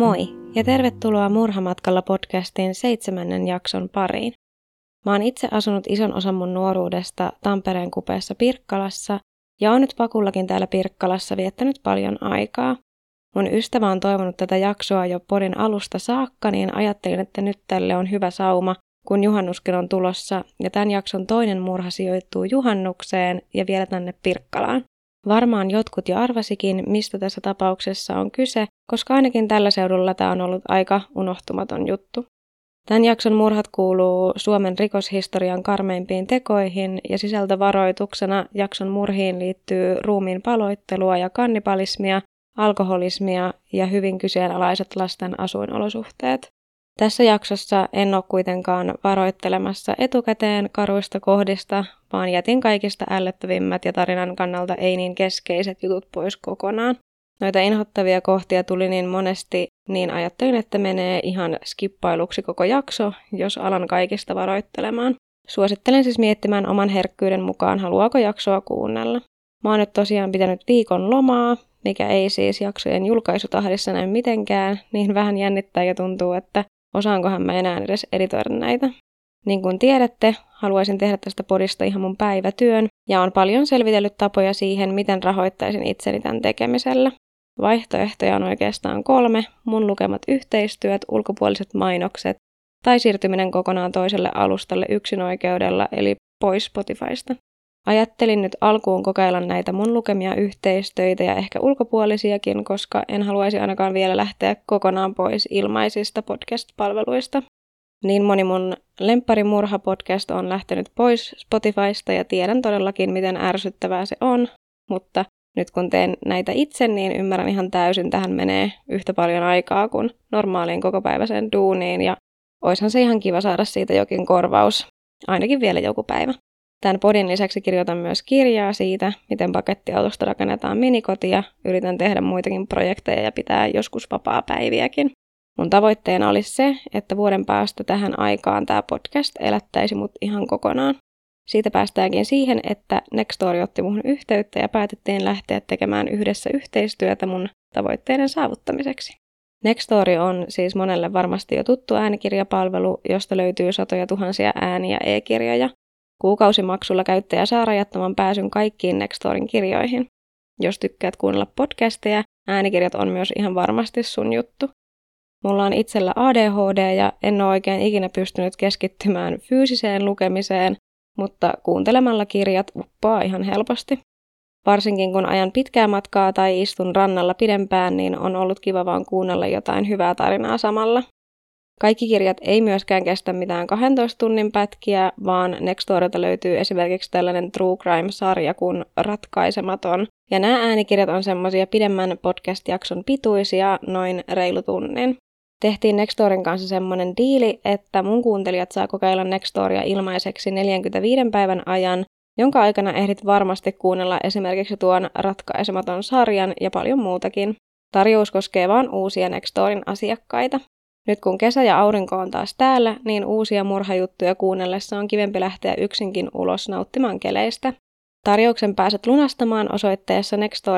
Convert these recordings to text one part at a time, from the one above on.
Moi ja tervetuloa Murhamatkalla podcastin 7. jakson pariin. Mä oon itse asunut ison osan mun nuoruudesta Tampereen kupeessa Pirkkalassa ja oon nyt pakullakin täällä Pirkkalassa viettänyt paljon aikaa. Mun ystävä on toivonut tätä jaksoa jo podin alusta saakka, niin ajattelin, että nyt tälle on hyvä sauma, kun juhannuskin on tulossa ja tämän jakson toinen murha sijoittuu juhannukseen ja vielä tänne Pirkkalaan. Varmaan jotkut jo arvasikin, mistä tässä tapauksessa on kyse, koska ainakin tällä seudulla tämä on ollut aika unohtumaton juttu. Tämän jakson murhat kuuluu Suomen rikoshistorian karmeimpiin tekoihin ja sisältövaroituksena jakson murhiin liittyy ruumiin paloittelua ja kannibalismia, alkoholismia ja hyvin kyseenalaiset lasten asuinolosuhteet. Tässä jaksossa en ole kuitenkaan varoittelemassa etukäteen karuista kohdista, vaan jätin kaikista ällöttävimmät ja tarinan kannalta ei niin keskeiset jutut pois kokonaan. Noita inhottavia kohtia tuli niin monesti, niin ajattelin, että menee ihan skippailuksi koko jakso, jos alan kaikista varoittelemaan. Suosittelen siis miettimään oman herkkyyden mukaan, haluaako jaksoa kuunnella. Mä oon nyt tosiaan pitänyt viikon lomaa, mikä ei siis jaksojen julkaisutahdissa näy mitenkään, niin vähän jännittää ja tuntuu, että osaankohan mä enää edes editoida näitä. Niin kuin tiedätte, haluaisin tehdä tästä podista ihan mun päivätyön, ja on paljon selvitellyt tapoja siihen, miten rahoittaisin itseni tämän tekemisellä. Vaihtoehtoja on oikeastaan 3, mun lukemat yhteistyöt, ulkopuoliset mainokset, tai siirtyminen kokonaan toiselle alustalle yksinoikeudella, eli pois Spotifysta. Ajattelin nyt alkuun kokeilla näitä mun lukemia yhteistöitä ja ehkä ulkopuolisiakin, koska en haluaisi ainakaan vielä lähteä kokonaan pois ilmaisista podcast-palveluista. Niin moni mun lempparimurha-podcast on lähtenyt pois Spotifysta ja tiedän todellakin, miten ärsyttävää se on, mutta nyt kun teen näitä itse, niin ymmärrän ihan täysin, tähän menee yhtä paljon aikaa kuin normaaliin kokopäiväiseen duuniin ja oishan se ihan kiva saada siitä jokin korvaus, ainakin vielä joku päivä. Tämän podin lisäksi kirjoitan myös kirjaa siitä, miten pakettiautosta rakennetaan minikoti ja yritän tehdä muitakin projekteja ja pitää joskus vapaapäiviäkin. Mun tavoitteena olisi se, että vuoden päästä tähän aikaan tämä podcast elättäisi mut ihan kokonaan. Siitä päästäänkin siihen, että Nextory otti muhun yhteyttä ja päätettiin lähteä tekemään yhdessä yhteistyötä mun tavoitteiden saavuttamiseksi. Nextory on siis monelle varmasti jo tuttu äänikirjapalvelu, josta löytyy satoja tuhansia ääni- ja e-kirjoja. Kuukausimaksulla käyttäjä saa rajattoman pääsyn kaikkiin Nextoryn kirjoihin. Jos tykkäät kuunnella podcasteja, äänikirjat on myös ihan varmasti sun juttu. Mulla on itsellä ADHD ja en ole oikein ikinä pystynyt keskittymään fyysiseen lukemiseen, mutta kuuntelemalla kirjat uppoaa ihan helposti. Varsinkin kun ajan pitkää matkaa tai istun rannalla pidempään, niin on ollut kiva vaan kuunnella jotain hyvää tarinaa samalla. Kaikki kirjat ei myöskään kestä mitään 12 tunnin pätkiä, vaan Nextorylta löytyy esimerkiksi tällainen True Crime-sarja kuin Ratkaisematon. Ja nämä äänikirjat on semmoisia pidemmän podcast-jakson pituisia, noin reilu tunnin. Tehtiin Nextoryn kanssa semmoinen diili, että mun kuuntelijat saa kokeilla Nextorya ilmaiseksi 45 päivän ajan, jonka aikana ehdit varmasti kuunnella esimerkiksi tuon Ratkaisematon sarjan ja paljon muutakin. Tarjous koskee vain uusia Nextoryn asiakkaita. Nyt kun kesä ja aurinko on taas täällä, niin uusia murhajuttuja kuunnellessa on kivempi lähteä yksinkin ulos nauttimaan keleistä. Tarjouksen pääset lunastamaan osoitteessa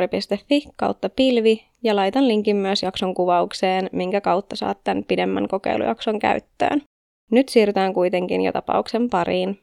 nextory.fi/pilvi ja laitan linkin myös jakson kuvaukseen, minkä kautta saat tämän pidemmän kokeilujakson käyttöön. Nyt siirrytään kuitenkin jo tapauksen pariin.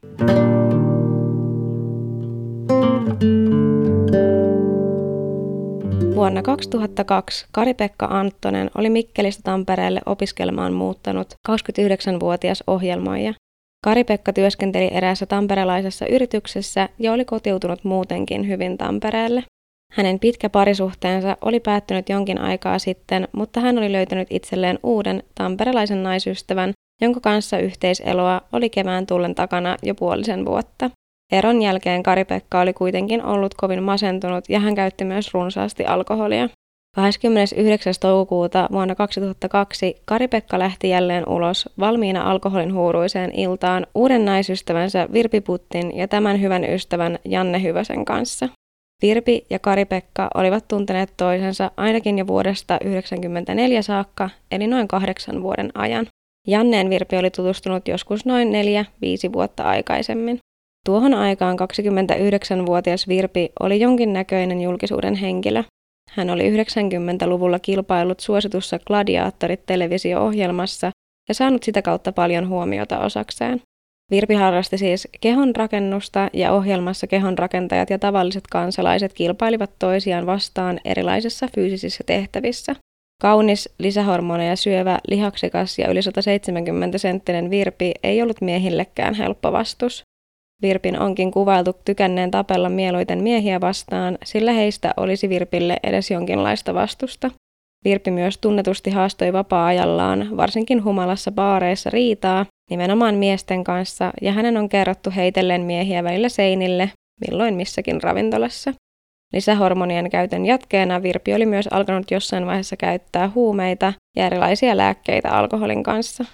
Vuonna 2002 Kari-Pekka Anttonen oli Mikkelistä Tampereelle opiskelemaan muuttanut 29-vuotias ohjelmoija. Kari-Pekka työskenteli eräässä tamperelaisessa yrityksessä ja oli kotiutunut muutenkin hyvin Tampereelle. Hänen pitkä parisuhteensa oli päättynyt jonkin aikaa sitten, mutta hän oli löytänyt itselleen uuden tamperelaisen naisystävän, jonka kanssa yhteiseloa oli kevään tullen takana jo puolisen vuotta. Eron jälkeen Kari-Pekka oli kuitenkin ollut kovin masentunut ja hän käytti myös runsaasti alkoholia. 29. toukokuuta vuonna 2002 Kari-Pekka lähti jälleen ulos valmiina alkoholin huuruiseen iltaan uuden naisystävänsä Virpi Puttin ja tämän hyvän ystävän Janne Hyvösen kanssa. Virpi ja Kari-Pekka olivat tunteneet toisensa ainakin jo vuodesta 1994 saakka, eli noin 8 vuoden ajan. Janneen Virpi oli tutustunut joskus noin 4-5 vuotta aikaisemmin. Tuohon aikaan 29-vuotias Virpi oli jonkinnäköinen julkisuuden henkilö. Hän oli 90-luvulla kilpaillut suositussa Gladiaattorit-televisio-ohjelmassa ja saanut sitä kautta paljon huomiota osakseen. Virpi harrasti siis kehonrakennusta ja ohjelmassa kehonrakentajat ja tavalliset kansalaiset kilpailivat toisiaan vastaan erilaisissa fyysisissä tehtävissä. Kaunis, lisähormoneja syövä, lihaksikas ja yli 170-senttinen Virpi ei ollut miehillekään helppo vastus. Virpin onkin kuvailtu tykänneen tapella mieluiten miehiä vastaan, sillä heistä olisi Virpille edes jonkinlaista vastusta. Virpi myös tunnetusti haastoi vapaa-ajallaan, varsinkin humalassa baareissa riitaa, nimenomaan miesten kanssa, ja hänen on kerrottu heitelleen miehiä välillä seinille, milloin missäkin ravintolassa. Lisähormonien käytön jatkeena Virpi oli myös alkanut jossain vaiheessa käyttää huumeita ja erilaisia lääkkeitä alkoholin kanssa.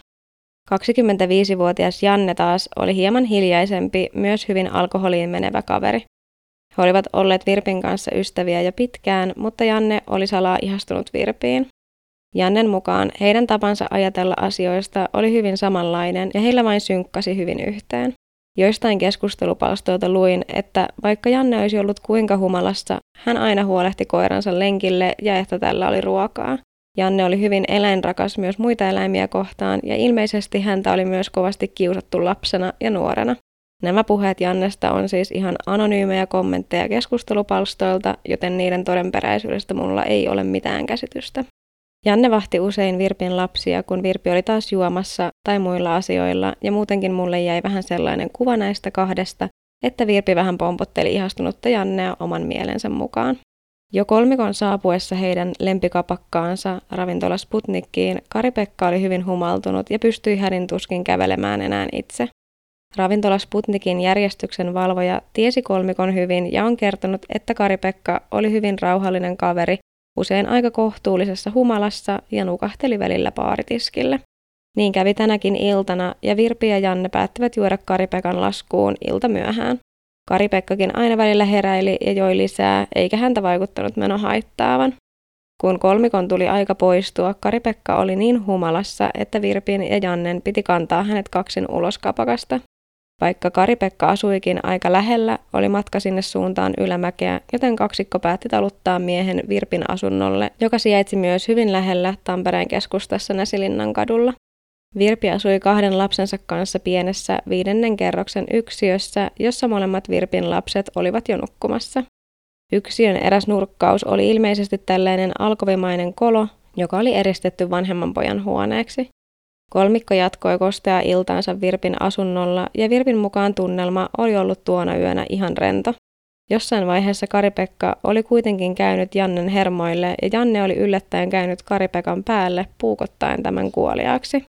25-vuotias Janne taas oli hieman hiljaisempi, myös hyvin alkoholiin menevä kaveri. He olivat olleet Virpin kanssa ystäviä jo pitkään, mutta Janne oli salaa ihastunut Virpiin. Jannen mukaan heidän tapansa ajatella asioista oli hyvin samanlainen ja heillä vain synkkasi hyvin yhteen. Joistain keskustelupalstoilta luin, että vaikka Janne olisi ollut kuinka humalassa, hän aina huolehti koiransa lenkille ja että tällä oli ruokaa. Janne oli hyvin eläinrakas myös muita eläimiä kohtaan ja ilmeisesti häntä oli myös kovasti kiusattu lapsena ja nuorena. Nämä puheet Jannesta on siis ihan anonyymejä kommentteja keskustelupalstoilta, joten niiden todenperäisyydestä mulla ei ole mitään käsitystä. Janne vahti usein Virpin lapsia, kun Virpi oli taas juomassa tai muilla asioilla, ja muutenkin mulle jäi vähän sellainen kuva näistä kahdesta, että Virpi vähän pompotteli ihastunutta Jannea oman mielensä mukaan. Jo kolmikon saapuessa heidän lempikapakkaansa ravintola Sputnikkiin Kari-Pekka oli hyvin humaltunut ja pystyi hädin tuskin kävelemään enää itse. Ravintola Sputnikin järjestyksen valvoja tiesi kolmikon hyvin ja on kertonut, että Kari-Pekka oli hyvin rauhallinen kaveri, usein aika kohtuullisessa humalassa ja nukahteli välillä baaritiskille. Niin kävi tänäkin iltana ja Virpi ja Janne päättivät juoda Kari-Pekan laskuun iltamyöhään. Kari-Pekkakin aina välillä heräili ja joi lisää, eikä häntä vaikuttanut meno haittaavan. Kun kolmikon tuli aika poistua, Kari-Pekka oli niin humalassa, että Virpin ja Jannen piti kantaa hänet kaksin ulos kapakasta. Vaikka Kari-Pekka asuikin aika lähellä, oli matka sinne suuntaan ylämäkeä, joten kaksikko päätti taluttaa miehen Virpin asunnolle, joka sijaitsi myös hyvin lähellä Tampereen keskustassa Näsilinnan kadulla. Virpi asui 2 lapsensa kanssa pienessä 5. kerroksen yksiössä, jossa molemmat Virpin lapset olivat jo nukkumassa. Yksiön eräs nurkkaus oli ilmeisesti tällainen alkovimainen kolo, joka oli eristetty vanhemman pojan huoneeksi. Kolmikko jatkoi kosteaa iltaansa Virpin asunnolla ja Virpin mukaan tunnelma oli ollut tuona yönä ihan rento. Jossain vaiheessa Kari-Pekka oli kuitenkin käynyt Jannen hermoille ja Janne oli yllättäen käynyt Kari-Pekan päälle puukottaen tämän kuoliaaksi.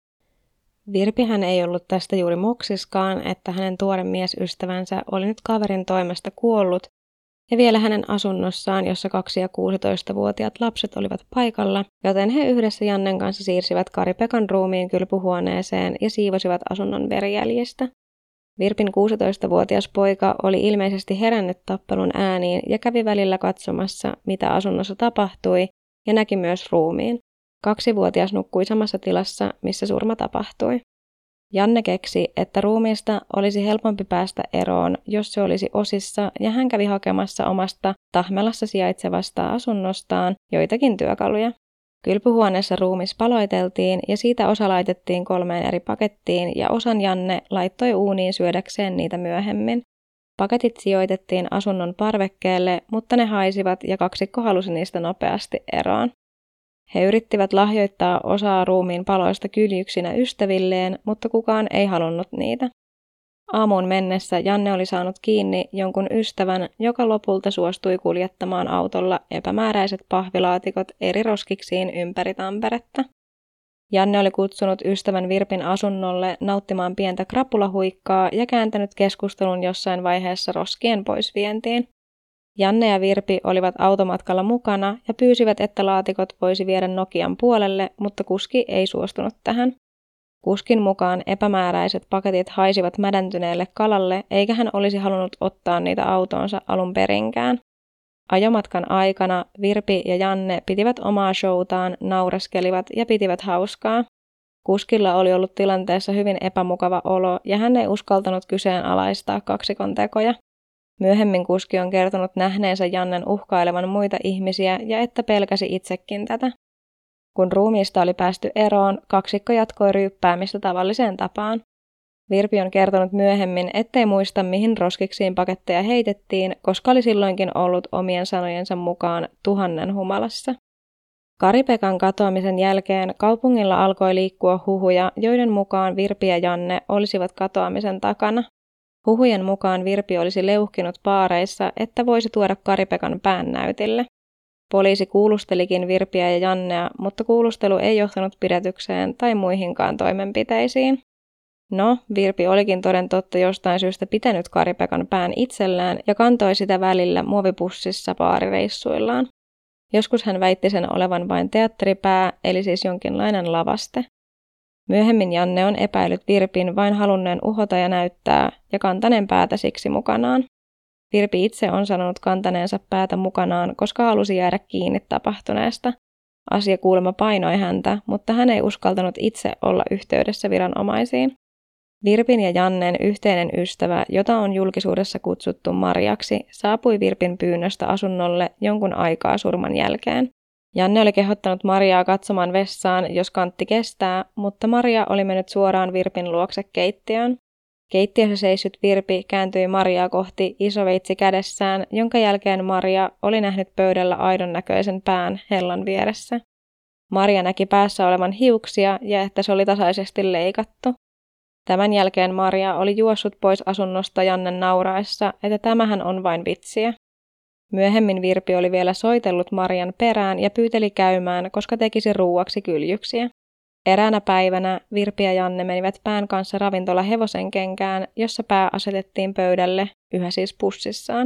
Virpihän ei ollut tästä juuri moksiskaan, että hänen tuore miesystävänsä oli nyt kaverin toimesta kuollut, ja vielä hänen asunnossaan, jossa 2- ja 16-vuotiaat lapset olivat paikalla, joten he yhdessä Jannen kanssa siirsivät Kari-Pekan ruumiin kylpyhuoneeseen ja siivosivat asunnon verijäljistä. Virpin 16-vuotias poika oli ilmeisesti herännyt tappelun ääniin ja kävi välillä katsomassa, mitä asunnossa tapahtui, ja näki myös ruumiin. 2-vuotias nukkui samassa tilassa, missä surma tapahtui. Janne keksi, että ruumiista olisi helpompi päästä eroon, jos se olisi osissa, ja hän kävi hakemassa omasta Tahmelassa sijaitsevasta asunnostaan joitakin työkaluja. Kylpyhuoneessa ruumis paloiteltiin ja siitä osa laitettiin 3 eri pakettiin ja osan Janne laittoi uuniin syödäkseen niitä myöhemmin. Paketit sijoitettiin asunnon parvekkeelle, mutta ne haisivat ja kaksikko halusi niistä nopeasti eroon. He yrittivät lahjoittaa osaa ruumiin paloista kyljyksinä ystävilleen, mutta kukaan ei halunnut niitä. Aamuun mennessä Janne oli saanut kiinni jonkun ystävän, joka lopulta suostui kuljettamaan autolla epämääräiset pahvilaatikot eri roskiksiin ympäri Tamperetta. Janne oli kutsunut ystävän Virpin asunnolle nauttimaan pientä krapulahuikkaa ja kääntänyt keskustelun jossain vaiheessa roskien poisvientiin. Janne ja Virpi olivat automatkalla mukana ja pyysivät, että laatikot voisi viedä Nokian puolelle, mutta kuski ei suostunut tähän. Kuskin mukaan epämääräiset paketit haisivat mädäntyneelle kalalle, eikä hän olisi halunnut ottaa niitä autoonsa alun perinkään. Ajomatkan aikana Virpi ja Janne pitivät omaa showtaan, naureskelivat ja pitivät hauskaa. Kuskilla oli ollut tilanteessa hyvin epämukava olo ja hän ei uskaltanut kyseenalaistaa kaksikon tekoja. Myöhemmin kuski on kertonut nähneensä Jannen uhkailevan muita ihmisiä ja että pelkäsi itsekin tätä. Kun ruumiista oli päästy eroon, kaksikko jatkoi ryyppäämistä tavalliseen tapaan. Virpi on kertonut myöhemmin, ettei muista mihin roskiksiin paketteja heitettiin, koska oli silloinkin ollut omien sanojensa mukaan 1000 humalassa. Kari-Pekan katoamisen jälkeen kaupungilla alkoi liikkua huhuja, joiden mukaan Virpi ja Janne olisivat katoamisen takana. Huhujen mukaan Virpi olisi leuhkinut baareissa, että voisi tuoda Kari-Pekan pään näytille. Poliisi kuulustelikin Virpiä ja Jannea, mutta kuulustelu ei johtanut pidätykseen tai muihinkaan toimenpiteisiin. No, Virpi olikin toden totta jostain syystä pitänyt Kari-Pekan pään itsellään ja kantoi sitä välillä muovipussissa baarireissuillaan. Joskus hän väitti sen olevan vain teatteripää, eli siis jonkinlainen lavaste. Myöhemmin Janne on epäillyt Virpin vain halunneen uhota ja näyttää ja kantaneen päätä siksi mukanaan. Virpi itse on sanonut kantaneensa päätä mukanaan, koska halusi jäädä kiinni tapahtuneesta. Asia kuulemma painoi häntä, mutta hän ei uskaltanut itse olla yhteydessä viranomaisiin. Virpin ja Jannen yhteinen ystävä, jota on julkisuudessa kutsuttu Marjaksi, saapui Virpin pyynnöstä asunnolle jonkun aikaa surman jälkeen. Janne oli kehottanut Marjaa katsomaan vessaan, jos kantti kestää, mutta Marja oli mennyt suoraan Virpin luokse keittiöön. Keittiössä seissyt Virpi kääntyi Marjaa kohti isoveitsi kädessään, jonka jälkeen Marja oli nähnyt pöydällä aidon näköisen pään hellan vieressä. Marja näki päässä olevan hiuksia ja että se oli tasaisesti leikattu. Tämän jälkeen Marja oli juossut pois asunnosta Jannen nauraessa, että tämähän on vain vitsiä. Myöhemmin Virpi oli vielä soitellut Marjan perään ja pyyteli käymään, koska tekisi ruuaksi kyljyksiä. Eräänä päivänä Virpi ja Janne menivät pään kanssa ravintola Hevosenkenkään, jossa pää asetettiin pöydälle, yhä siis pussissaan.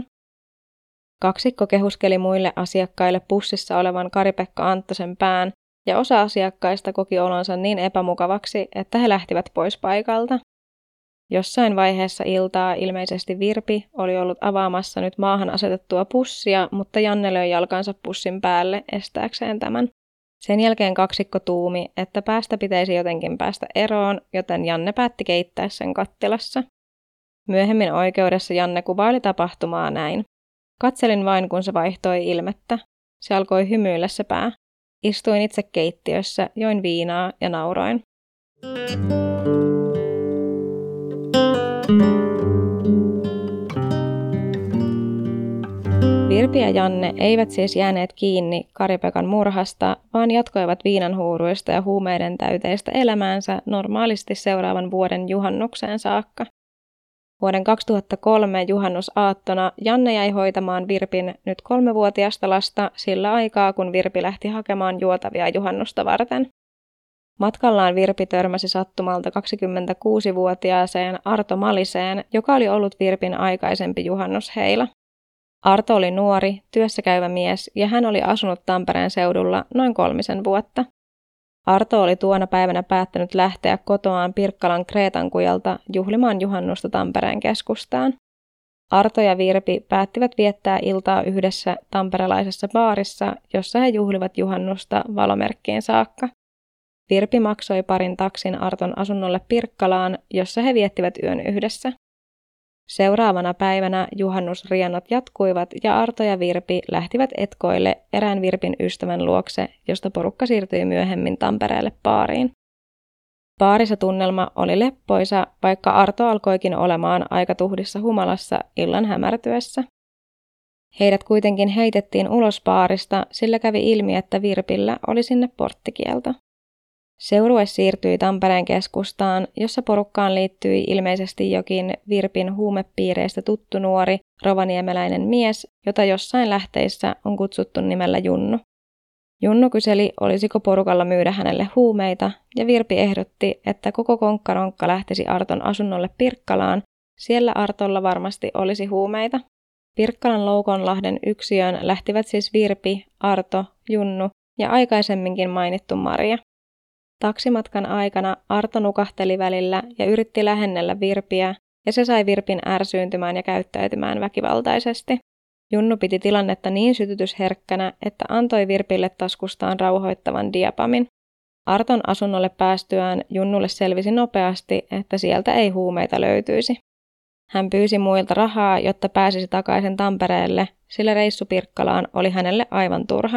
Kaksikko kehuskeli muille asiakkaille pussissa olevan Kari-Pekka Anttosen pään, ja osa asiakkaista koki olonsa niin epämukavaksi, että he lähtivät pois paikalta. Jossain vaiheessa iltaa ilmeisesti Virpi oli ollut avaamassa nyt maahan asetettua pussia, mutta Janne löi jalkansa pussin päälle estääkseen tämän. Sen jälkeen kaksikko tuumi, että päästä pitäisi jotenkin päästä eroon, joten Janne päätti keittää sen kattilassa. Myöhemmin oikeudessa Janne kuvaili tapahtumaa näin. Katselin vain, kun se vaihtoi ilmettä. Se alkoi hymyillä se pää. Istuin itse keittiössä, join viinaa ja nauroin. Virpi ja Janne eivät siis jääneet kiinni Kari-Pekan murhasta, vaan jatkoivat viinanhuuruista ja huumeiden täyteistä elämäänsä normaalisti seuraavan vuoden juhannukseen saakka. Vuoden 2003 juhannusaattona Janne jäi hoitamaan Virpin nyt 3-vuotiasta lasta sillä aikaa, kun Virpi lähti hakemaan juotavia juhannusta varten. Matkallaan Virpi törmäsi sattumalta 26-vuotiaaseen Arto Maliseen, joka oli ollut Virpin aikaisempi juhannusheila. Arto oli nuori, työssäkäyvä mies ja hän oli asunut Tampereen seudulla noin 3 vuotta. Arto oli tuona päivänä päättänyt lähteä kotoaan Pirkkalan Kreetankujalta juhlimaan juhannusta Tampereen keskustaan. Arto ja Virpi päättivät viettää iltaa yhdessä tamperelaisessa baarissa, jossa he juhlivat juhannusta valomerkkiin saakka. Virpi maksoi parin taksin Arton asunnolle Pirkkalaan, jossa he viettivät yön yhdessä. Seuraavana päivänä juhannusriennot jatkuivat ja Arto ja Virpi lähtivät etkoille erään Virpin ystävän luokse, josta porukka siirtyi myöhemmin Tampereelle baariin. Baarissa tunnelma oli leppoisa, vaikka Arto alkoikin olemaan aika tuhdissa humalassa illan hämärtyessä. Heidät kuitenkin heitettiin ulos baarista, sillä kävi ilmi, että Virpillä oli sinne porttikielto. Seurue siirtyi Tampereen keskustaan, jossa porukkaan liittyi ilmeisesti jokin Virpin huumepiireistä tuttu nuori rovaniemeläinen mies, jota jossain lähteissä on kutsuttu nimellä Junnu. Junnu kyseli, olisiko porukalla myydä hänelle huumeita, ja Virpi ehdotti, että koko konkkaronkka lähtisi Arton asunnolle Pirkkalaan, siellä Artolla varmasti olisi huumeita. Pirkkalan Loukonlahden yksiöön lähtivät siis Virpi, Arto, Junnu ja aikaisemminkin mainittu Marja. Taksimatkan aikana Arto nukahteli välillä ja yritti lähennellä Virpiä, ja se sai Virpin ärsyyntymään ja käyttäytymään väkivaltaisesti. Junnu piti tilannetta niin sytytysherkkänä, että antoi Virpille taskustaan rauhoittavan diapamin. Arton asunnolle päästyään Junnulle selvisi nopeasti, että sieltä ei huumeita löytyisi. Hän pyysi muilta rahaa, jotta pääsisi takaisin Tampereelle, sillä reissu Pirkkalaan oli hänelle aivan turha.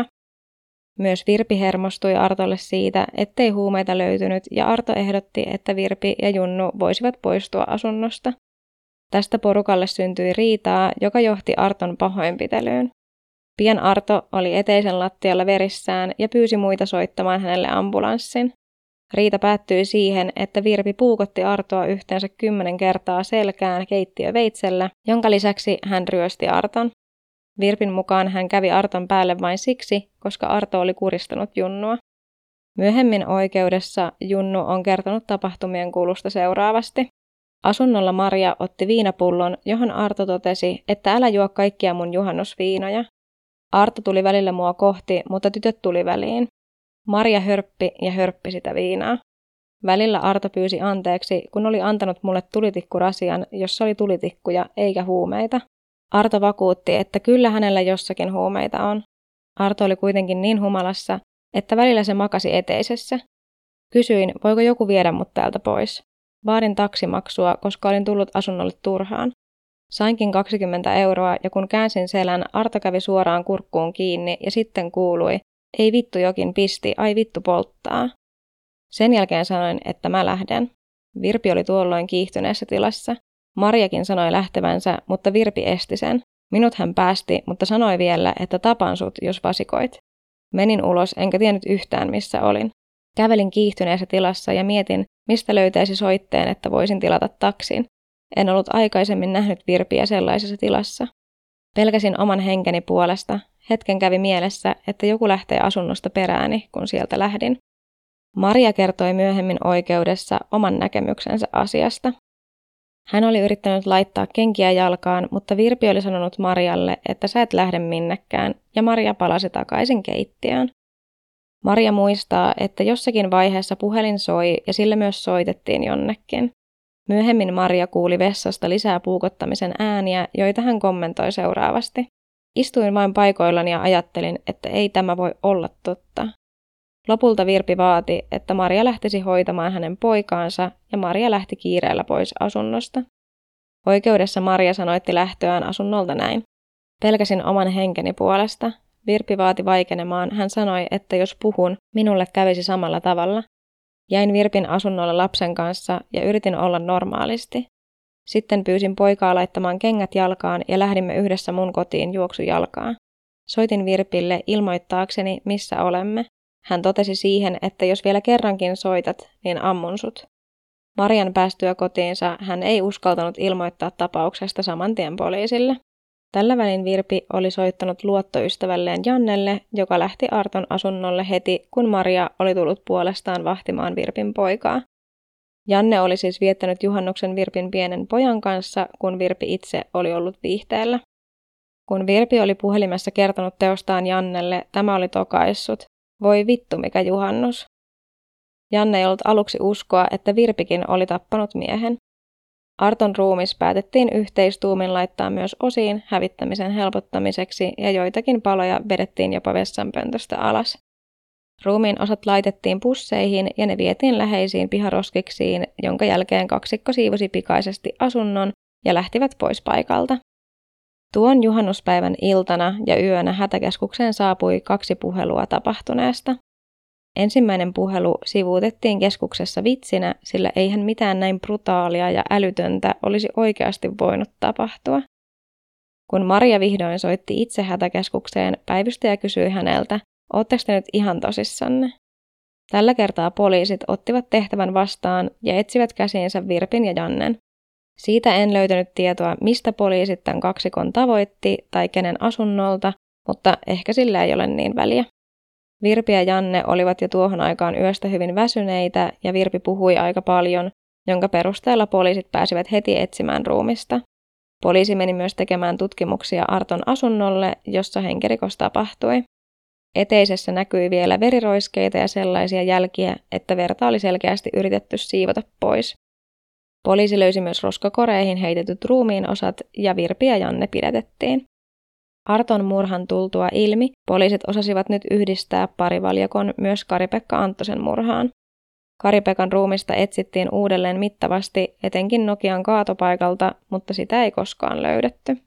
Myös Virpi hermostui Artolle siitä, ettei huumeita löytynyt, ja Arto ehdotti, että Virpi ja Junnu voisivat poistua asunnosta. Tästä porukalle syntyi riitaa, joka johti Arton pahoinpitelyyn. Pian Arto oli eteisen lattialla verissään ja pyysi muita soittamaan hänelle ambulanssin. Riita päättyi siihen, että Virpi puukotti Artoa yhteensä 10 kertaa selkään keittiöveitsellä, jonka lisäksi hän ryösti Arton. Virpin mukaan hän kävi Arton päälle vain siksi, koska Arto oli kuristanut Junnua. Myöhemmin oikeudessa Junnu on kertonut tapahtumien kulusta seuraavasti. Asunnolla Maria otti viinapullon, johon Arto totesi, että älä juo kaikkia mun juhannusviinoja. Arto tuli välillä mua kohti, mutta tytöt tuli väliin. Maria hörppi ja hörppi sitä viinaa. Välillä Arto pyysi anteeksi, kun oli antanut mulle tulitikkurasian, jossa oli tulitikkuja eikä huumeita. Arto vakuutti, että kyllä hänellä jossakin huumeita on. Arto oli kuitenkin niin humalassa, että välillä se makasi eteisessä. Kysyin, voiko joku viedä mut täältä pois. Vaadin taksimaksua, koska olin tullut asunnolle turhaan. Sainkin 20 euroa ja kun käänsin selän, Arto kävi suoraan kurkkuun kiinni ja sitten kuului, ei vittu jokin pisti, ai vittu polttaa. Sen jälkeen sanoin, että mä lähden. Virpi oli tuolloin kiihtyneessä tilassa. Mariakin sanoi lähtevänsä, mutta Virpi esti sen. Minut hän päästi, mutta sanoi vielä, että tapan sut, jos vasikoit. Menin ulos, enkä tiennyt yhtään, missä olin. Kävelin kiihtyneessä tilassa ja mietin, mistä löytäisi soitteen, että voisin tilata taksin. En ollut aikaisemmin nähnyt Virpiä sellaisessa tilassa. Pelkäsin oman henkeni puolesta. Hetken kävi mielessä, että joku lähtee asunnosta perääni, kun sieltä lähdin. Maria kertoi myöhemmin oikeudessa oman näkemyksensä asiasta. Hän oli yrittänyt laittaa kenkiä jalkaan, mutta Virpi oli sanonut Marialle, että sä et lähde minnekään, ja Maria palasi takaisin keittiöön. Maria muistaa, että jossakin vaiheessa puhelin soi ja sille myös soitettiin jonnekin. Myöhemmin Maria kuuli vessasta lisää puukottamisen ääniä, joita hän kommentoi seuraavasti. Istuin vain paikoillani ja ajattelin, että ei tämä voi olla totta. Lopulta Virpi vaati, että Maria lähtisi hoitamaan hänen poikaansa ja Maria lähti kiireellä pois asunnosta. Oikeudessa Maria sanoitti lähtöään asunnolta näin. Pelkäsin oman henkeni puolesta. Virpi vaati vaikenemaan. Hän sanoi, että jos puhun, minulle kävisi samalla tavalla. Jäin Virpin asunnolla lapsen kanssa ja yritin olla normaalisti. Sitten pyysin poikaa laittamaan kengät jalkaan ja lähdimme yhdessä mun kotiin juoksujalkaan. Soitin Virpille ilmoittaakseni, missä olemme. Hän totesi siihen, että jos vielä kerrankin soitat, niin ammun sut. Marian päästyä kotiinsa hän ei uskaltanut ilmoittaa tapauksesta saman tien poliisille. Tällä välin Virpi oli soittanut luottoystävälleen Jannelle, joka lähti Arton asunnolle heti, kun Maria oli tullut puolestaan vahtimaan Virpin poikaa. Janne oli siis viettänyt juhannuksen Virpin pienen pojan kanssa, kun Virpi itse oli ollut viihteellä. Kun Virpi oli puhelimessa kertonut teostaan Jannelle, tämä oli tokaissut. Voi vittu, mikä juhannus. Janne ei ollut aluksi uskoa, että Virpikin oli tappanut miehen. Arton ruumis päätettiin yhteistuumin laittaa myös osiin hävittämisen helpottamiseksi ja joitakin paloja vedettiin jopa vessanpöntöstä alas. Ruumiin osat laitettiin pusseihin ja ne vietiin läheisiin piharoskiksiin, jonka jälkeen kaksikko siivosi pikaisesti asunnon ja lähtivät pois paikalta. Tuon juhannuspäivän iltana ja yönä hätäkeskukseen saapui 2 puhelua tapahtuneesta. Ensimmäinen puhelu sivuutettiin keskuksessa vitsinä, sillä eihän mitään näin brutaalia ja älytöntä olisi oikeasti voinut tapahtua. Kun Maria vihdoin soitti itse hätäkeskukseen, päivystäjä kysyi häneltä, ootteko te nyt ihan tosissanne? Tällä kertaa poliisit ottivat tehtävän vastaan ja etsivät käsiinsä Virpin ja Jannen. Siitä en löytänyt tietoa, mistä poliisit tämän kaksikon tavoitti tai kenen asunnolta, mutta ehkä sillä ei ole niin väliä. Virpi ja Janne olivat jo tuohon aikaan yöstä hyvin väsyneitä ja Virpi puhui aika paljon, jonka perusteella poliisit pääsivät heti etsimään ruumista. Poliisi meni myös tekemään tutkimuksia Arton asunnolle, jossa henkirikos tapahtui. Eteisessä näkyi vielä veriroiskeita ja sellaisia jälkiä, että verta oli selkeästi yritetty siivota pois. Poliisi löysi myös roskakoreihin heitetyt ruumiin osat ja Virpi ja Janne pidätettiin. Arton murhan tultua ilmi, poliisit osasivat nyt yhdistää parivaljakon myös Kari-Pekka Anttosen murhaan. Kari-Pekan ruumista etsittiin uudelleen mittavasti etenkin Nokian kaatopaikalta, mutta sitä ei koskaan löydetty.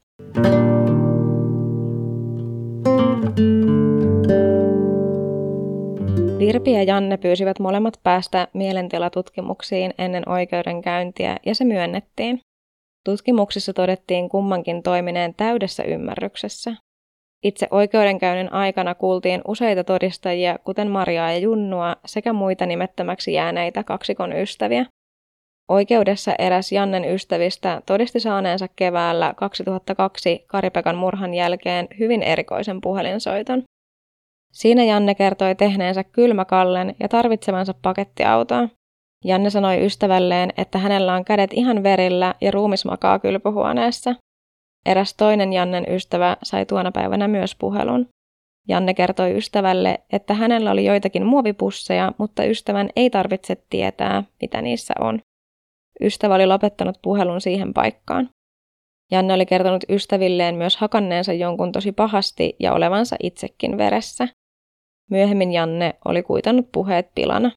Virpi ja Janne pyysivät molemmat päästä mielentilatutkimuksiin ennen oikeudenkäyntiä ja se myönnettiin. Tutkimuksissa todettiin kummankin toimineen täydessä ymmärryksessä. Itse oikeudenkäynnin aikana kuultiin useita todistajia, kuten Mariaa ja Junnua, sekä muita nimettömäksi jääneitä kaksikon ystäviä. Oikeudessa eräs Jannen ystävistä todisti saaneensa keväällä 2002 Kari-Pekan murhan jälkeen hyvin erikoisen puhelinsoiton. Siinä Janne kertoi tehneensä kylmäkallen ja tarvitsevansa pakettiautoa. Janne sanoi ystävälleen, että hänellä on kädet ihan verillä ja ruumis makaa kylpyhuoneessa. Eräs toinen Jannen ystävä sai tuona päivänä myös puhelun. Janne kertoi ystävälle, että hänellä oli joitakin muovipusseja, mutta ystävän ei tarvitse tietää, mitä niissä on. Ystävä oli lopettanut puhelun siihen paikkaan. Janne oli kertonut ystävilleen myös hakanneensa jonkun tosi pahasti ja olevansa itsekin veressä. Myöhemmin Janne oli kuitannut puheet pilana.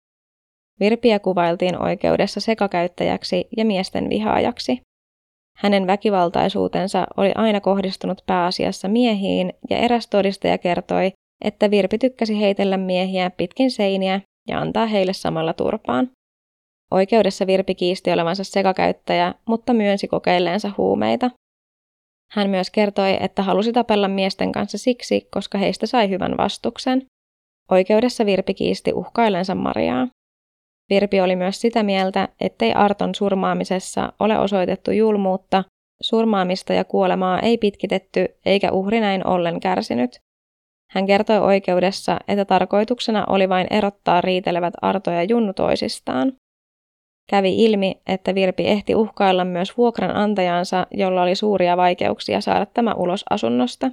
Virpiä kuvailtiin oikeudessa sekakäyttäjäksi ja miesten vihaajaksi. Hänen väkivaltaisuutensa oli aina kohdistunut pääasiassa miehiin ja eräs todistaja kertoi, että Virpi tykkäsi heitellä miehiä pitkin seiniä ja antaa heille samalla turpaan. Oikeudessa Virpi kiisti olevansa sekakäyttäjä, mutta myönsi kokeilleensa huumeita. Hän myös kertoi, että halusi tapella miesten kanssa siksi, koska heistä sai hyvän vastuksen. Oikeudessa Virpi kiisti uhkailensa Mariaa. Virpi oli myös sitä mieltä, ettei Arton surmaamisessa ole osoitettu julmuutta, surmaamista ja kuolemaa ei pitkitetty eikä uhri näin ollen kärsinyt. Hän kertoi oikeudessa, että tarkoituksena oli vain erottaa riitelevät Arto ja Junnu toisistaan. Kävi ilmi, että Virpi ehti uhkailla myös vuokranantajansa, jolla oli suuria vaikeuksia saada tämä ulos asunnosta.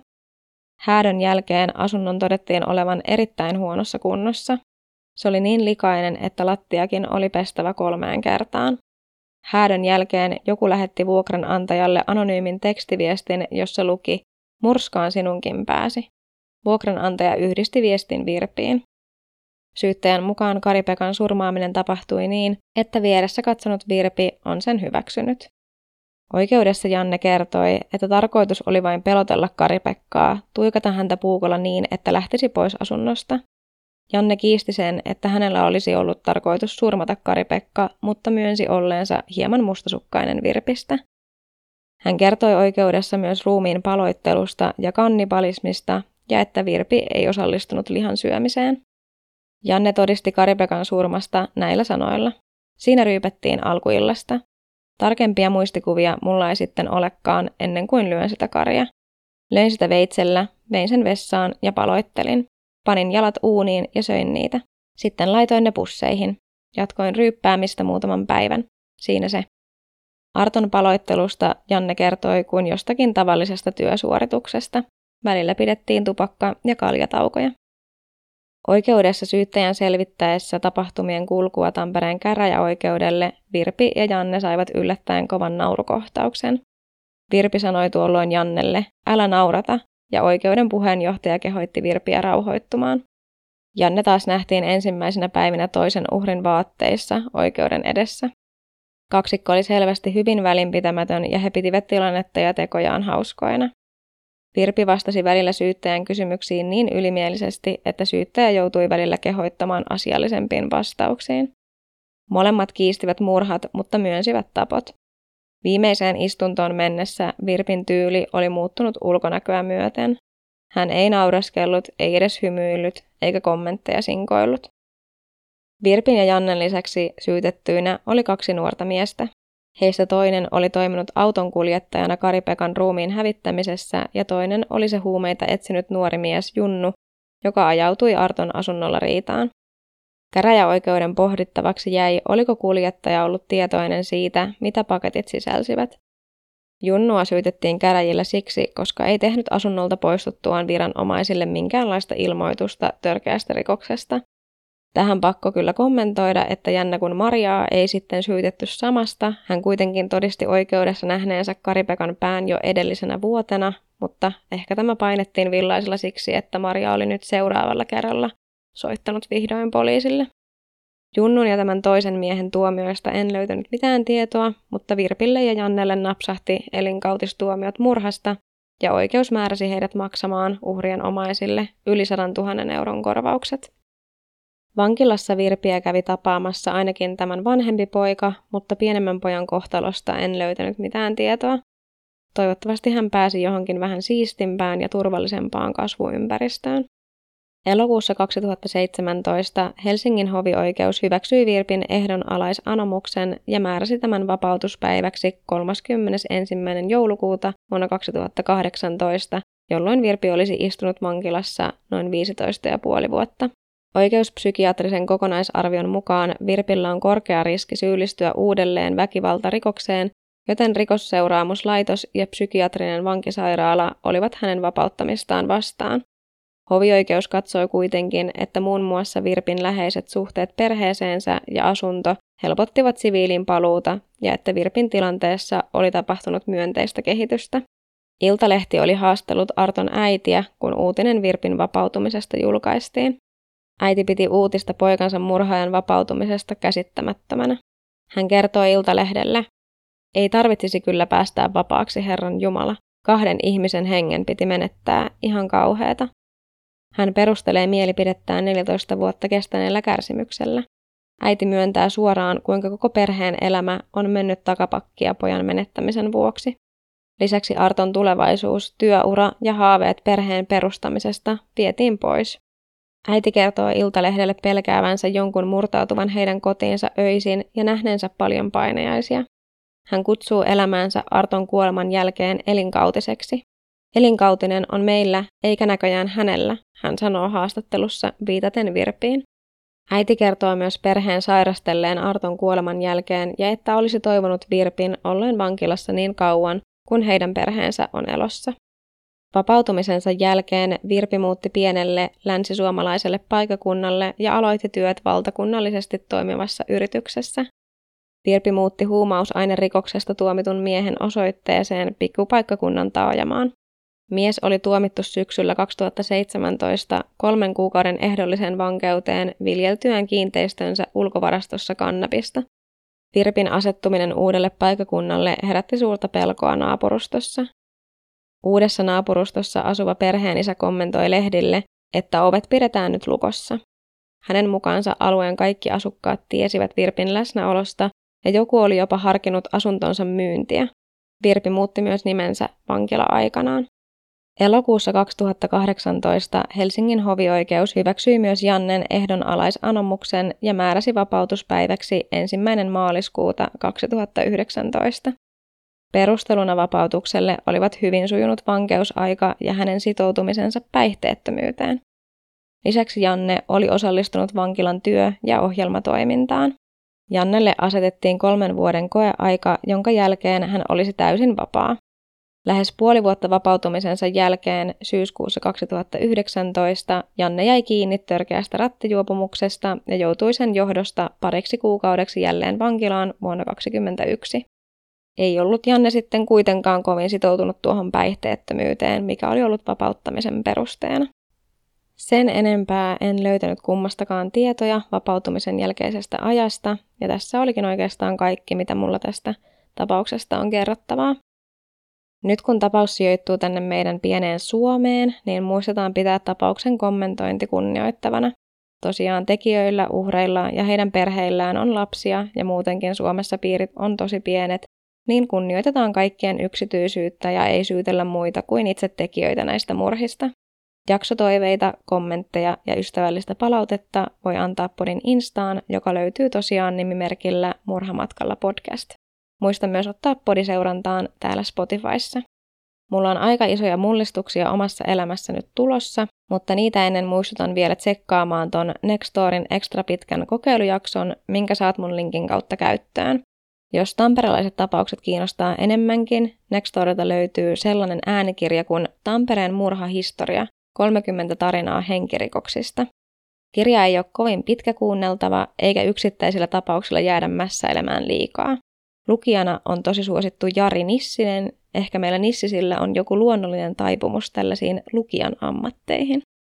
Häädön jälkeen asunnon todettiin olevan erittäin huonossa kunnossa. Se oli niin likainen, että lattiakin oli pestävä 3 kertaan. Häädön jälkeen joku lähetti vuokranantajalle anonyymin tekstiviestin, jossa luki "Murskaan sinunkin pääsi". Vuokranantaja yhdisti viestin Virpiin. Syyttäjän mukaan Kari-Pekan surmaaminen tapahtui niin, että vieressä katsonut Virpi on sen hyväksynyt. Oikeudessa Janne kertoi, että tarkoitus oli vain pelotella Kari-Pekkaa, tuikata häntä puukolla niin, että lähtisi pois asunnosta. Janne kiisti sen, että hänellä olisi ollut tarkoitus surmata Kari-Pekka, mutta myönsi olleensa hieman mustasukkainen Virpistä. Hän kertoi oikeudessa myös ruumiin paloittelusta ja kannibalismista ja että Virpi ei osallistunut lihan syömiseen. Janne todisti Kari-Pekan surmasta näillä sanoilla. Siinä ryypättiin alkuillasta. Tarkempia muistikuvia mulla ei sitten olekaan ennen kuin lyön sitä karia. Löin sitä veitsellä, vein sen vessaan ja paloittelin. Panin jalat uuniin ja söin niitä. Sitten laitoin ne pusseihin. Jatkoin ryyppäämistä muutaman päivän. Siinä se. Arton paloittelusta Janne kertoi kuin jostakin tavallisesta työsuorituksesta. Välillä pidettiin tupakka- ja kaljataukoja. Oikeudessa syyttäjän selvittäessä tapahtumien kulkua Tampereen käräjäoikeudelle Virpi ja Janne saivat yllättäen kovan naurukohtauksen. Virpi sanoi tuolloin Jannelle, "Älä naurata", ja oikeuden puheenjohtaja kehoitti Virpiä rauhoittumaan. Janne taas nähtiin ensimmäisenä päivinä toisen uhrin vaatteissa oikeuden edessä. Kaksikko oli selvästi hyvin välinpitämätön ja he pitivät tilannetta ja tekojaan hauskoina. Virpi vastasi välillä syyttäjän kysymyksiin niin ylimielisesti, että syyttäjä joutui välillä kehoittamaan asiallisempiin vastauksiin. Molemmat kiistivät murhat, mutta myönsivät tapot. Viimeiseen istuntoon mennessä Virpin tyyli oli muuttunut ulkonäköä myöten. Hän ei nauraskellut, ei edes hymyillyt, eikä kommentteja sinkoillut. Virpin ja Jannen lisäksi syytettyinä oli 2 nuorta miestä. Heistä toinen oli toiminut autonkuljettajana Kari-Pekan ruumiin hävittämisessä ja toinen oli se huumeita etsinyt nuori mies Junnu, joka ajautui Arton asunnolla riitaan. Käräjäoikeuden pohdittavaksi jäi, oliko kuljettaja ollut tietoinen siitä, mitä paketit sisälsivät. Junnua syytettiin käräjillä siksi, koska ei tehnyt asunnolta poistuttuaan viranomaisille minkäänlaista ilmoitusta törkeästä rikoksesta. Tähän pakko kyllä kommentoida, että jännä kun Mariaa ei sitten syytetty samasta, hän kuitenkin todisti oikeudessa nähneensä Kari-Pekan pään jo edellisenä vuotena, mutta ehkä tämä painettiin villaisella siksi, että Maria oli nyt seuraavalla kerralla soittanut vihdoin poliisille. Junnun ja tämän toisen miehen tuomioista en löytänyt mitään tietoa, mutta Virpille ja Jannelle napsahti elinkautistuomiot murhasta ja oikeus määräsi heidät maksamaan uhrien omaisille yli 100 000 euron korvaukset. Vankilassa Virpiä kävi tapaamassa ainakin tämän vanhempi poika, mutta pienemmän pojan kohtalosta en löytänyt mitään tietoa. Toivottavasti hän pääsi johonkin vähän siistimpään ja turvallisempaan kasvuympäristöön. Elokuussa 2017 Helsingin hovioikeus hyväksyi Virpin ehdonalaisanomuksen ja määräsi tämän vapautuspäiväksi 31. joulukuuta vuonna 2018, jolloin Virpi olisi istunut vankilassa noin 15,5 vuotta. Oikeuspsykiatrisen kokonaisarvion mukaan Virpillä on korkea riski syyllistyä uudelleen väkivaltarikokseen, joten Rikosseuraamuslaitos ja psykiatrinen vankisairaala olivat hänen vapauttamistaan vastaan. Hovioikeus katsoi kuitenkin, että muun muassa Virpin läheiset suhteet perheeseensä ja asunto helpottivat siviilin paluuta ja että Virpin tilanteessa oli tapahtunut myönteistä kehitystä. Iltalehti oli haastellut Arton äitiä, kun uutinen Virpin vapautumisesta julkaistiin. Äiti piti uutista poikansa murhaajan vapautumisesta käsittämättömänä. Hän kertoi Iltalehdelle: "Ei tarvitsisi kyllä päästää vapaaksi, Herran Jumala. 2 ihmisen hengen piti menettää, ihan kauheata." Hän perustelee mielipidettään 14 vuotta kestäneellä kärsimyksellä. Äiti myöntää suoraan, kuinka koko perheen elämä on mennyt takapakkia pojan menettämisen vuoksi. Lisäksi Arton tulevaisuus, työura ja haaveet perheen perustamisesta vietiin pois. Äiti kertoo Iltalehdelle pelkäävänsä jonkun murtautuvan heidän kotiinsa öisin ja nähneensä paljon painajaisia. Hän kutsuu elämäänsä Arton kuoleman jälkeen elinkautiseksi. "Elinkautinen on meillä, eikä näköjään hänellä", hän sanoo haastattelussa viitaten Virpiin. Äiti kertoo myös perheen sairastelleen Arton kuoleman jälkeen ja että olisi toivonut Virpin olleen vankilassa niin kauan, kun heidän perheensä on elossa. Vapautumisensa jälkeen Virpi muutti pienelle länsisuomalaiselle paikkakunnalle ja aloitti työt valtakunnallisesti toimivassa yrityksessä. Virpi muutti huumausainerikoksesta tuomitun miehen osoitteeseen pikkupaikkakunnan taajamaan. Mies oli tuomittu syksyllä 2017 3 kuukauden ehdolliseen vankeuteen viljeltyään kiinteistönsä ulkovarastossa kannabista. Virpin asettuminen uudelle paikkakunnalle herätti suurta pelkoa naapurustossa. Uudessa naapurustossa asuva perheenisä kommentoi lehdille, että ovet pidetään nyt lukossa. Hänen mukaansa alueen kaikki asukkaat tiesivät Virpin läsnäolosta ja joku oli jopa harkinnut asuntonsa myyntiä. Virpi muutti myös nimensä vankila-aikanaan. Elokuussa 2018 Helsingin hovioikeus hyväksyi myös Jannen ehdonalaisanomuksen ja määräsi vapautuspäiväksi 1. maaliskuuta 2019. Perusteluna vapautukselle olivat hyvin sujunut vankeusaika ja hänen sitoutumisensa päihteettömyyteen. Lisäksi Janne oli osallistunut vankilan työ- ja ohjelmatoimintaan. Jannelle asetettiin 3 vuoden koeaika, jonka jälkeen hän olisi täysin vapaa. Lähes puoli vuotta vapautumisensa jälkeen syyskuussa 2019 Janne jäi kiinni törkeästä rattijuopumuksesta ja joutui sen johdosta 2 kuukaudeksi jälleen vankilaan vuonna 2021. Ei ollut Janne sitten kuitenkaan kovin sitoutunut tuohon päihteettömyyteen, mikä oli ollut vapauttamisen perusteena. Sen enempää en löytänyt kummastakaan tietoja vapautumisen jälkeisestä ajasta, ja tässä olikin oikeastaan kaikki, mitä mulla tästä tapauksesta on kerrottavaa. Nyt kun tapaus sijoittuu tänne meidän pieneen Suomeen, niin muistetaan pitää tapauksen kommentointi kunnioittavana. Tosiaan tekijöillä, uhreilla ja heidän perheillään on lapsia ja muutenkin Suomessa piirit on tosi pienet, niin kunnioitetaan kaikkien yksityisyyttä ja ei syytellä muita kuin itse tekijöitä näistä murhista. Jaksotoiveita, kommentteja ja ystävällistä palautetta voi antaa podin Instaan, joka löytyy tosiaan nimimerkillä Murhamatkalla podcast. Muista myös ottaa podiseurantaan täällä Spotifyssa. Mulla on aika isoja mullistuksia omassa elämässä nyt tulossa, mutta niitä ennen muistutan vielä tsekkaamaan ton Nextorin ekstra pitkän kokeilujakson, minkä saat mun linkin kautta käyttöön. Jos tamperelaiset tapaukset kiinnostaa enemmänkin, Nextorilta löytyy sellainen äänikirja kuin Tampereen murhahistoria, 30 tarinaa henkirikoksista. Kirja ei ole kovin pitkä kuunneltava, eikä yksittäisillä tapauksilla jäädä mässäilemään liikaa. Lukijana on tosi suosittu Jari Nissinen, ehkä meillä Nissisillä on joku luonnollinen taipumus tällaisiin lukijan ammatteihin.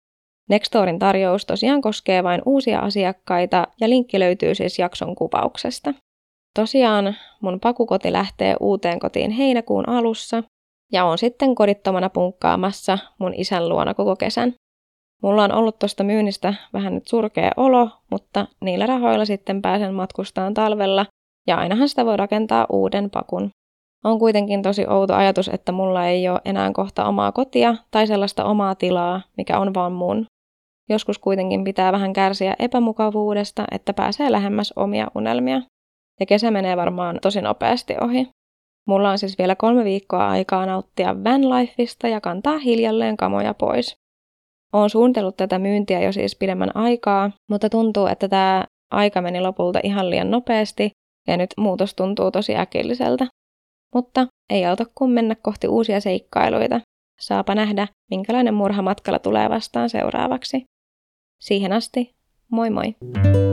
Nextorin tarjous tosiaan koskee vain uusia asiakkaita ja linkki löytyy siis jakson kuvauksesta. Tosiaan mun pakukoti lähtee uuteen kotiin heinäkuun alussa ja on sitten kodittomana punkkaamassa mun isän luona koko kesän. Mulla on ollut tosta myynnistä vähän nyt surkea olo, mutta niillä rahoilla sitten pääsen matkustamaan talvella ja ainahan sitä voi rakentaa uuden pakun. On kuitenkin tosi outo ajatus, että mulla ei ole enää kohta omaa kotia tai sellaista omaa tilaa, mikä on vaan mun. Joskus kuitenkin pitää vähän kärsiä epämukavuudesta, että pääsee lähemmäs omia unelmia. Ja kesä menee varmaan tosi nopeasti ohi. Mulla on siis vielä 3 viikkoa aikaa nauttia vanlifesta ja kantaa hiljalleen kamoja pois. Oon suunnitellut tätä myyntiä jo siis pidemmän aikaa, mutta tuntuu, että tämä aika meni lopulta ihan liian nopeasti ja nyt muutos tuntuu tosi äkilliseltä. Mutta ei auta kuin mennä kohti uusia seikkailuita. Saapa nähdä, minkälainen murha matkalla tulee vastaan seuraavaksi. Siihen asti, moi moi!